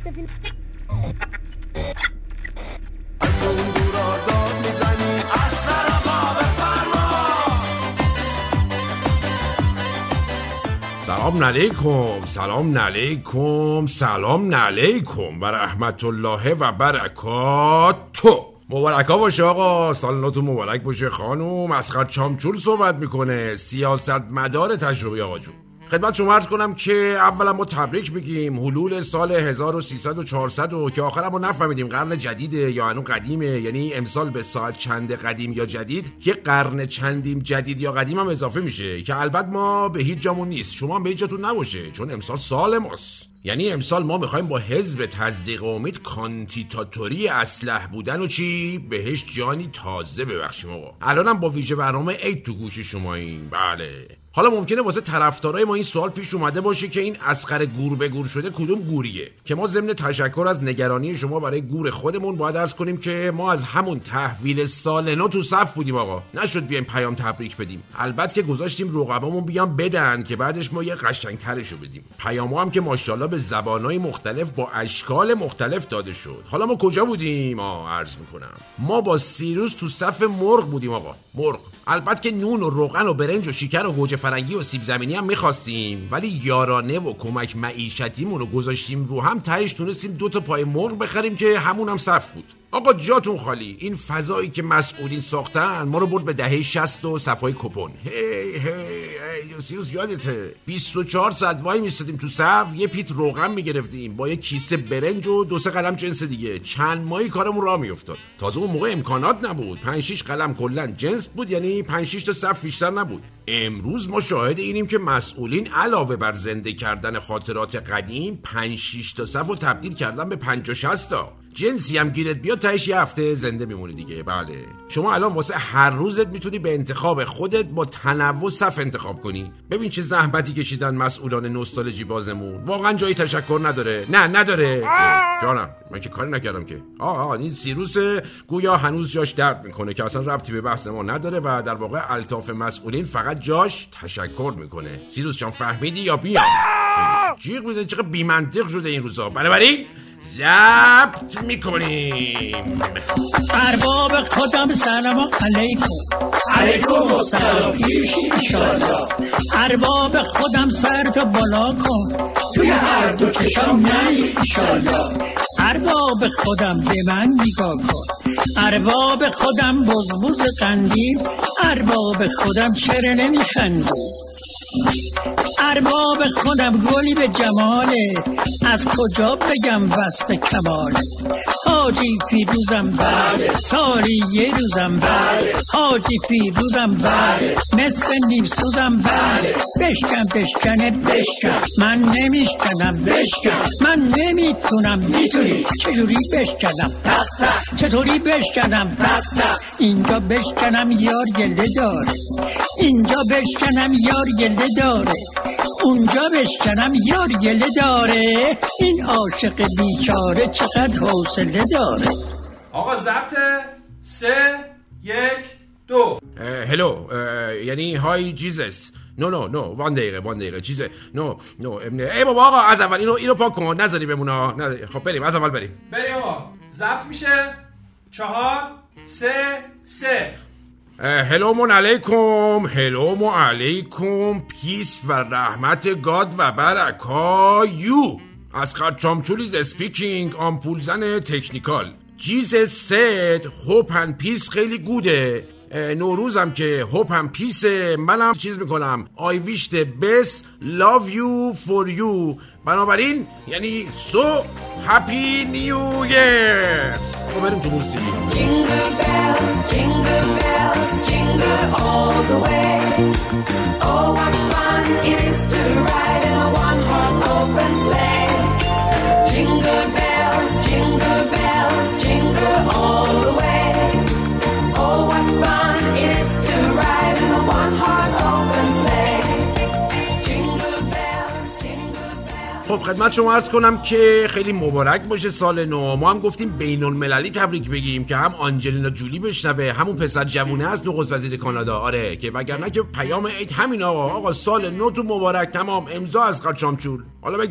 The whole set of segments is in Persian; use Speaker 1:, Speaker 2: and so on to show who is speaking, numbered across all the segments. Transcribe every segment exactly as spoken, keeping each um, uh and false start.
Speaker 1: از اون دورا داد میزنی اصغر آقا بفرما.
Speaker 2: سلام علیکم، سلام علیکم، سلام علیکم و رحمت الله و برکاتو. مبارکا باشه آقا، سال نوتون مبارک باشه خانوم. اسقر چامچول صحبت میکنه، سیاست مدار تجربه آقا جون. خدمت شما عرض کنم که اولا ما تبریک میگیم حلول سال هزار و سیصد و چهارصد و که آخر ما نفهمیدیم قرن جدیده یا هنوز قدیمه، یعنی امسال به ساعت چند قدیم یا جدید که قرن چندیم جدید یا قدیم هم اضافه میشه که البته ما به هیچ جامون نیست، شما هم به هیچ جاتون نباشه چون امسال سال ماست. یعنی امسال ما میخوایم با حزب تصدیق امید کانتیتاتوری اسلح بودن و چی بهش جانی تازه ببخشیم آقا. الانم با ویژه برنامه عید تو گوش شما این. بله حالا ممکنه واسه طرفدارای ما این سوال پیش اومده باشه که این اسقر گور به گور شده کدوم گوریه، که ما ضمن تشکر از نگرانی شما برای گور خودمون باید عرض کنیم که ما از همون تحویل سال نو تو صف بودیم آقا، نشد بیایم پیام تبریک بدیم. البته که گذاشتیم رقبامون بیان بدن که بعدش ما یه قشنگترشو بدیم. پیام‌ها هم که ماشاءالله به زبان‌های مختلف با اشکال مختلف داده شد. حالا ما کجا بودیم؟ ما عرض میکنم ما با سیروس تو صف مرغ بودیم آقا، مرغ. البته که نون و روغن و برنج و شکر و گوجه فرنگی و سیب زمینی هم میخواستیم، ولی یارانه و کمک معیشتیمون رو گذاشتیم رو هم، تهش تونستیم دو تا پای مرغ بخریم که همون هم صف بود. آقا جاتون خالی. این فضایی که مسئولین ساختن ما رو برد به دهه شصت و صفای کپون. هی هی هی سیروس یادته بیست و چهار ساعت وای میستادیم تو صف، یه پیت روغن میگرفتیم با یه کیسه برنج و دو سه قلم جنس دیگه. چند ماهی کارمون راه میافتاد. تازه اون موقع امکانات نبود، پنج شش قلم کلا جنس بود، یعنی پنج شش تا صف بیشتر نبود. امروز ما شاهد اینیم که مسئولین علاوه بر زنده کردن خاطرات قدیم پنج شش تا صف رو تبدیل کردن به پنجاه شصت تا. جنسی هم گیرت بیاد تهش یه هفته زنده میمونی دیگه. بله شما الان واسه هر روزت میتونی به انتخاب خودت با تنوع صف انتخاب کنی. ببین چه زحمتی کشیدن مسئولان نوستالژی بازمون، واقعا جایی تشکر نداره. نه نداره جانم، من که کاری نکردم که. آه آه این سیروس گویا هنوز جاش درد میکنه که اصلا ربطی به بحث ما نداره و در واقع الطاف مسئولین فقط جاش تشکر میکنه. سیروس جان فهمیدی یا بیام؟ جیغ میزنی، چقدر بی‌منطق شده این روزا. بنابراین ضبط میکنیم.
Speaker 3: ارباب خودم سلام علیکم.
Speaker 4: علیکم السلام پیش ایشالله.
Speaker 3: ارباب خودم سر تو بالا کن،
Speaker 4: توی هر دو چشم نهی ایشالله.
Speaker 3: ارباب خودم به من نگاه کن، ارباب خودم بزبز قندیل، ارباب خودم چرا نمیخندی؟ ارباب خودم گلی به جماله، از کجا بگم وصف کماله؟ حاجی فیروزم بله، سالی یه روزم بله، حاجی فیروزم بله، مثل نیم سوزم بله. بشکن بشکنه بشکن، من نمیشکنم بشکن، من نمیتونم میتونی. چجوری بشکنم؟ تق تق. چطوری بشکنم؟ تق تق. اینجا بشکنم یار گله داره، اینجا بشکنم یار گله داره، اونجا بشکنم یار گله داره. این عاشق بیچاره چقدر حوصله داره.
Speaker 5: آقا ضبط سه یک دو.
Speaker 2: هلو، یعنی های جیزس. نو نو نو وان دقیقه وان دقیقه چیزه. نو نو ای بابا آقا از اول اینو اینو پاک کن، نذاری بمونه. خب بریم از اول بریم
Speaker 5: بریم آقا. ضبط میشه چهار سه سه.
Speaker 2: هلومون علیکم، هلومون علیکم، پیس و رحمت گاد و برکا یو. اسقر چامچولیز اسپیکینگ، آمپول زن تکنیکال. جیز سید هوپ ان پیس خیلی گوده. نوروزم که هوپ ان پیسه، منم چیز میکنم I wish the best love you for you. بنابراین یعنی so happy new year. خب بریم تو موسیقی.
Speaker 6: Jingle bells, jingle bells, jingle all the way. Oh, what fun it is to ride in a one-horse open sleigh. Jingle bells, jingle bells, jingle all the way. Oh, what fun it is to ride in a one-horse open sleigh. Jingle bells, jingle bells.
Speaker 2: خب خدمت شما عرض کنم که خیلی مبارک باشه سال نو. ما هم گفتیم بین المللی تبریک بگیم که هم آنجلینا جولی بشنوه، همون پسر جوونه است نخست وزیر کانادا. آره که وگرنه که پیام عید همین آقا. آقا سال نو تو مبارک. تمام. امضا اسقر چامچول. حالا بگذاریم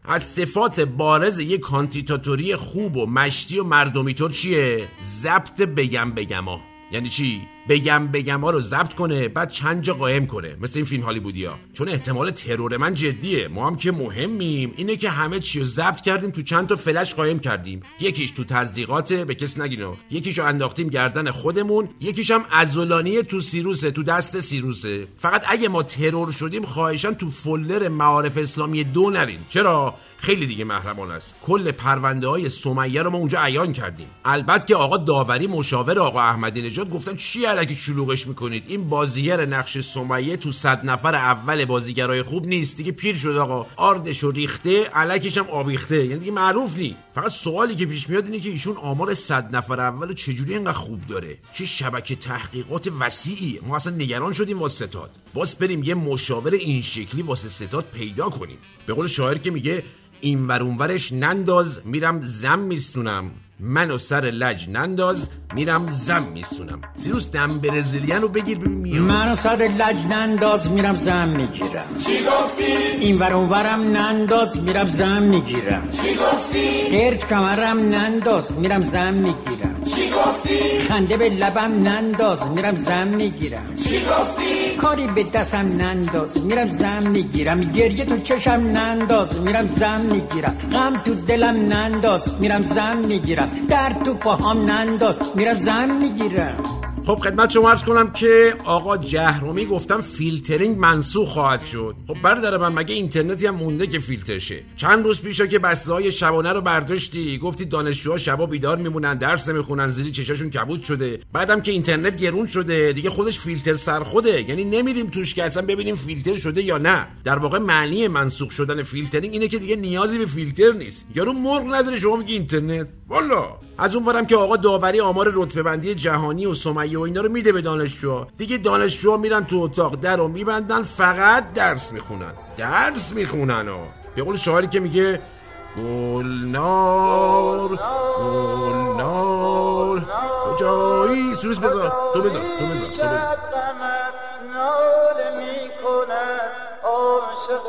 Speaker 2: از صفات بارز یک کانتیتاتوری خوب و مشتی و مردمی‌طور چیه؟ ضبط بگم بگما. یعنی چی؟ بگم بگم ها رو ضبط کنه بعد چند جا قایم کنه، مثل این فیلم هالیوودیا. چون احتمال ترور من جدیه، ما هم که مهمیم، اینه که همه چی رو ضبط کردیم تو چند تا فلش قایم کردیم. یکیش تو تزریقاته، به کس نگینو، یکیشو انداختیم گردن خودمون، یکیش هم عضلانی تو سیروسه، تو دست سیروسه. فقط اگه ما ترور شدیم خواهشاً تو فولدر معارف اسلامی دو نرین. چرا؟ خیلی دیگه محرمانه است. کل پرونده های سمیه رو ما اونجا عیان کردیم. البته که آقا داوری مشاور آقا احمدی نژاد گفتن چی الکی شلوغش میکنید، این بازیگر نقش سمیه تو صد نفر اول بازیگرای خوب نیست دیگه، پیر شد آقا، آردش و ریخته، الکش هم آبیخته، یعنی دیگه معروف نی. فقط سوالی که پیش میاد اینه که ایشون آمار صد نفر اول چجوری اینقدر خوب داره؟ چه شبکه تحقیقات وسیعی. ما اصلا نگران شدیم واسه ستاد. باز بریم یه مشاور این شکلی واسه ستاد پیدا کنیم. به قول شاعر که میگه این ور اون ورش ننداز میرم زم میستونم، منو سر لج ننداز میرم زم میستونم. سیروس دم برزیلیان رو بگیر ببین میاد.
Speaker 3: منو سر لج ننداز میرم زم میگیرم.
Speaker 4: چی گفتی؟
Speaker 3: این ور اون ورم ننداز میرم زم میگیرم.
Speaker 4: چی گفتی؟
Speaker 3: گرد کمرم ننداز میرم زم میگیرم.
Speaker 4: چی گفتی؟
Speaker 3: خنده به لبم ننداز میرم زم میگیرم.
Speaker 4: چی گفتی؟
Speaker 3: کاری به دستم ننداز میرم زم میگیرم. گریه تو چشم ننداز میرم زم میگیرم. غم تو دلم ننداز میرم زم میگیرم. درد تو پاهام ننداز میرم زم میگیرم.
Speaker 2: خب خدمت شما عرض کنم که آقا جهرومی گفتم فیلترینگ منسوخ خواهد شد. خب برادر من مگه اینترنتی هم مونده که فیلتر شه؟ چند روز پیشا که بسته شبانه رو برداشتی گفتی دانشجوها شبا بیدار میمونن درس نمیخونن زیری چشاشون کبود شده، بعدم که اینترنت گرون شده دیگه خودش فیلتر سر خوده، یعنی نمیریم توش که اصلا ببینیم فیلتر شده یا نه. در واقع معنی منسوخ شدن فیلترینگ اینه که دیگه نیازی به فیلتر نیست. یارو مرغ نداره شما میگی اینترنت. والا از اون ورم که آقا داوری آمار رتبه بندی جهانی و سمیه و اینا رو میده به دانشجوها، دیگه دانشجوها میرن تو اتاق در رو میبندن فقط درس میخونن. درس میخونن ها. به قول شاعری که میگه گلنار گلنار کجایی؟ سروس بذار تو بذار تو بذار تو بذار
Speaker 7: ناله میکند عاشق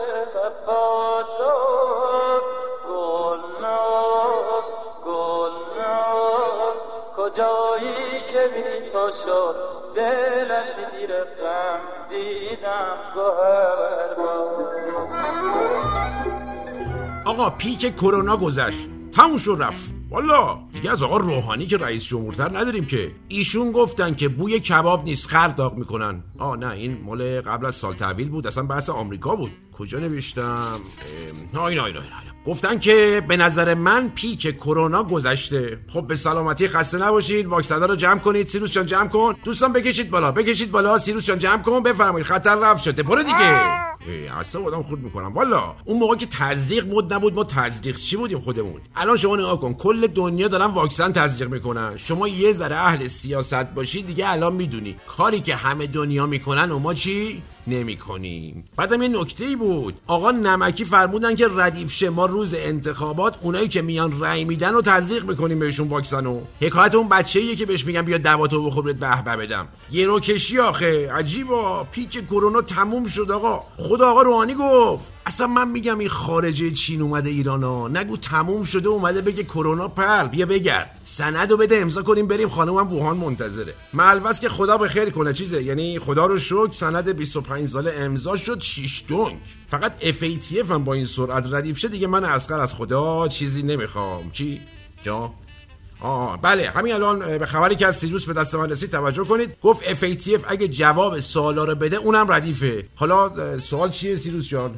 Speaker 7: وفادار. گلنار گلنار کجایی که بی تو شد دلش دیر غم دیدم گوهر با.
Speaker 2: آقا پیک کرونا گذشت، تموم شد رفت. والا دیگه از آقا روحانی که رئیس جمهورتر نداریم که. ایشون گفتن که بوی کباب نیست خر داغ میکنن. آه نه این مال قبل از سال تحویل بود، اصلا بحث آمریکا بود. کجا نوشتم؟ نه اینا اینا اینا گفتن که به نظر من پیک کرونا گذشته. خب به سلامتی، خسته نباشید، واکسن رو جمع کنید. سیروس جان جمع کن. دوستان بکشید بالا بکشید بالا. سیروس جان جمع کن. بفرمایید خطر رفت شده. برو دیگه. اصلا آدم خود میکنم والا. اون موقع که تزریق بود نبود ما تزریق چی بودیم خودمون. الان شما نگاه کن کل دنیا دارن واکسن تزریق میکنن. شما یه ذره اهل سیاست باشی دیگه الان میدونی کاری که همه دنیا میکنن و ما چی نمیکنیم. بعدم یه نکته‌ای بود، آقا نمکی فرمودن که ردیف شه ما روز انتخابات اونایی که میان رأی میدن رو تزریق میکنیم بهشون واکسنو. حکایت اون بچه‌ایه که بهش میگم بیا دواتو بخور بهت به به بدم. یه رو کشی آخه عجیبا. پیک کرونا تموم شد آقا. خود آقا روحانی گفت. اصلا من میگم این خارجه چین اومده ایرانا، نگو تموم شده اومده بگه کرونا پر بیا بگرد سندو بده امضا کنیم بریم. خانومم ووهان منتظره. ملوث که خدا به خیر کنه چیزه، یعنی خدا رو شکر سند بیست و پنج ساله امضا شد شش دنگ. فقط اف ای تی اف هم با این سرعت ردیف شه دیگه من اصغر از خدا چیزی نمیخوام. چی؟ جا؟ آه بله همین الان به خبری که از سیروس به دست من رسید توجه کنید. گفت اف ای تی اف اگه جواب سوالا رو بده اونم ردیفه. حالا سوال چیه سیروس جان؟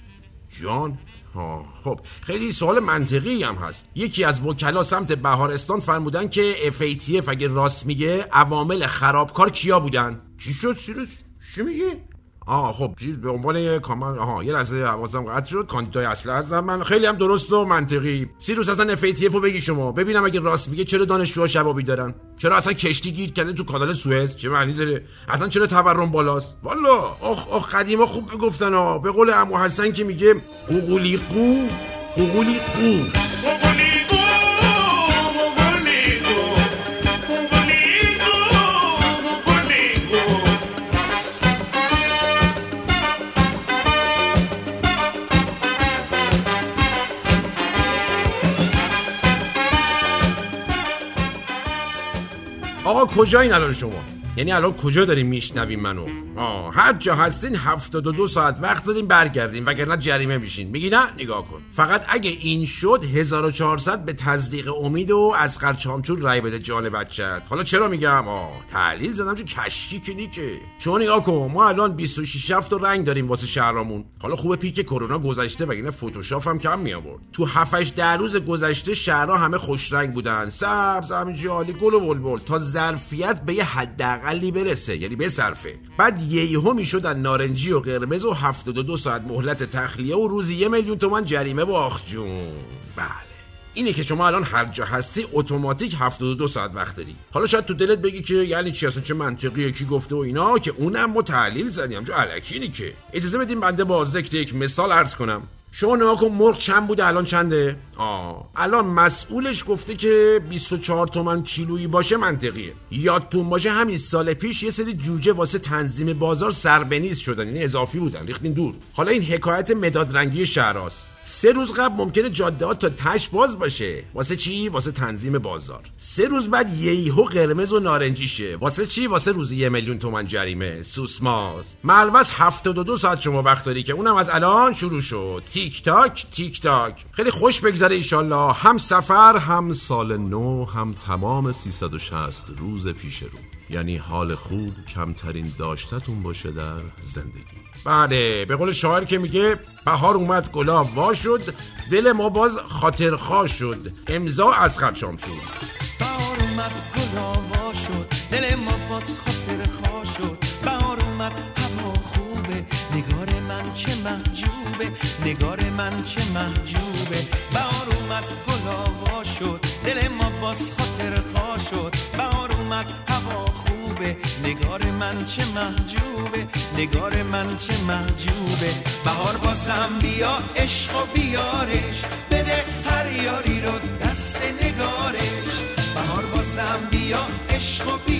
Speaker 2: جان؟ ها خب خیلی سوال منطقی هم هست. یکی از وکلا سمت بهارستان فرمودن که اف ای تی اف اگه راست میگه عوامل خرابکار کیا بودن؟ چی شد سیروس؟ چی میگه؟ آه خب چیز به عنوان کامل آها یه لحظه حواسم قطع شد. کاندیدای اصلی هستم من. خیلی هم درست و منطقی. سیروس اصلا اف ای تی اف رو بگی شما ببینم اگه راست میگه چرا دانشجوها شبابی دارن؟ چرا اصلا کشتی گیر کرده تو کانال سوئز؟ چه معنی داره؟ اصلا چرا تورم بالاست؟ والا آخ آخ قدیما خوب میگفتن ها. به قول عمو حسن که میگه قوقولی قو قوقولی قو. آقا کجایین الان شما؟ یعنی الان کجا داریم میشنویم منو؟ آه هر جا هستین هفتاد و دو ساعت وقت داریم برگردیم وگرنه جریمه میشین. میگی نه؟ نگاه کن، فقط اگه این شد هزار و چهارصد به تزریق امید و اصغر چامچور رای بده جان بچت. حالا چرا میگم؟ آه تحلیل زدم چون کشکی کلیکه. چون نگاه کن ما الان بیست و شش هفت رنگ داریم واسه شهرامون. حالا خوبه پیک کرونا گذشته وگرنه فتوشاپ هم کم می آورد. تو هفت هشت ده روز گذشته شهرها همه خوش رنگ بودن، سبز، همینجوری عالی، گل و بلبل، تا ظرفیت به یه حداقلی برسه، یعنی بصرفه. بعد یهو میشدن نارنجی و قرمز و هفتاد و دو ساعت مهلت تخلیه و روزی یه میلیون تومان جریمه و آخ جون. بله اینه که شما الان هر جا هستی اتوماتیک هفتاد و دو ساعت وقت داری. حالا شاید تو دلت بگی که یعنی چی، اصلا چه منطقیه، کی گفته و اینا، که اونم ما تحلیل زدیم جو الکی نی که. اجازه بدیم بنده با ذکر یک مثال عرض کنم. شما نگاه کن مرغ چند بوده الان چنده؟ آه الان مسئولش گفته که بیست و چهار تومن کیلویی باشه منطقیه. یادتون باشه همین سال پیش یه سری جوجه واسه تنظیم بازار سربنیز شدن، یعنی اضافی بودن، ریختین دور. حالا این حکایت مداد رنگی شهراست. سه روز قبل ممکنه جاده ها تا تش باز باشه. واسه چی؟ واسه تنظیم بازار. سه روز بعد یهو قرمز و نارنجی شه. واسه چی؟ واسه روزی یه میلیون تومان جریمه. سوسماست. ملوث هفتاد و دو ساعت شما وقت داری که اونم از الان شروع شد. تیک تاک تیک تاک. خیلی خوش بگذره ایشالله، هم سفر، هم سال نو، هم تمام سیصد و شصت روز پیش رو. یعنی حال خوب کمترین داشتتون باشه در زندگی. بله به قول شاعر که میگه بهار اومد گلاب وا شد، دل ما باز خاطرخواه شد. امضا اصغر چامچور.
Speaker 1: بهار اومد گلاب وا شد، دل ما باز خاطرخواه شد. بهار اومد هوا خوبه، نگار من چه محجوبه، نگار من چه محجوبه. بهار اومد گلاب وا شد، دل ما باز خاطرخواه شد. بهار اومد هوا خوبه، نگار من چه محجوبه، نگار من چه محجوبه. بهار بازم بیا عشق و بیارش، بده هر یاری رو دست نگارش. بهار بازم بیا عشق و بیارش،